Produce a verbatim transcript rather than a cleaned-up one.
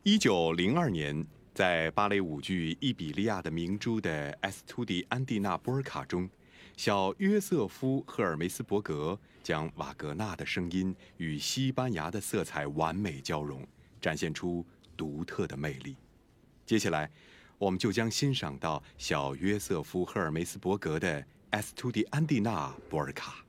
一九零二年，在芭蕾舞剧《伊比利亚的明珠》的埃斯图迪安蒂娜·波尔卡中，小约瑟夫·赫尔梅斯伯格将瓦格纳的声音与西班牙的色彩完美交融，展现出独特的魅力。接下来，我们就将欣赏到小约瑟夫·赫尔梅斯伯格的埃斯图迪安蒂娜·波尔卡。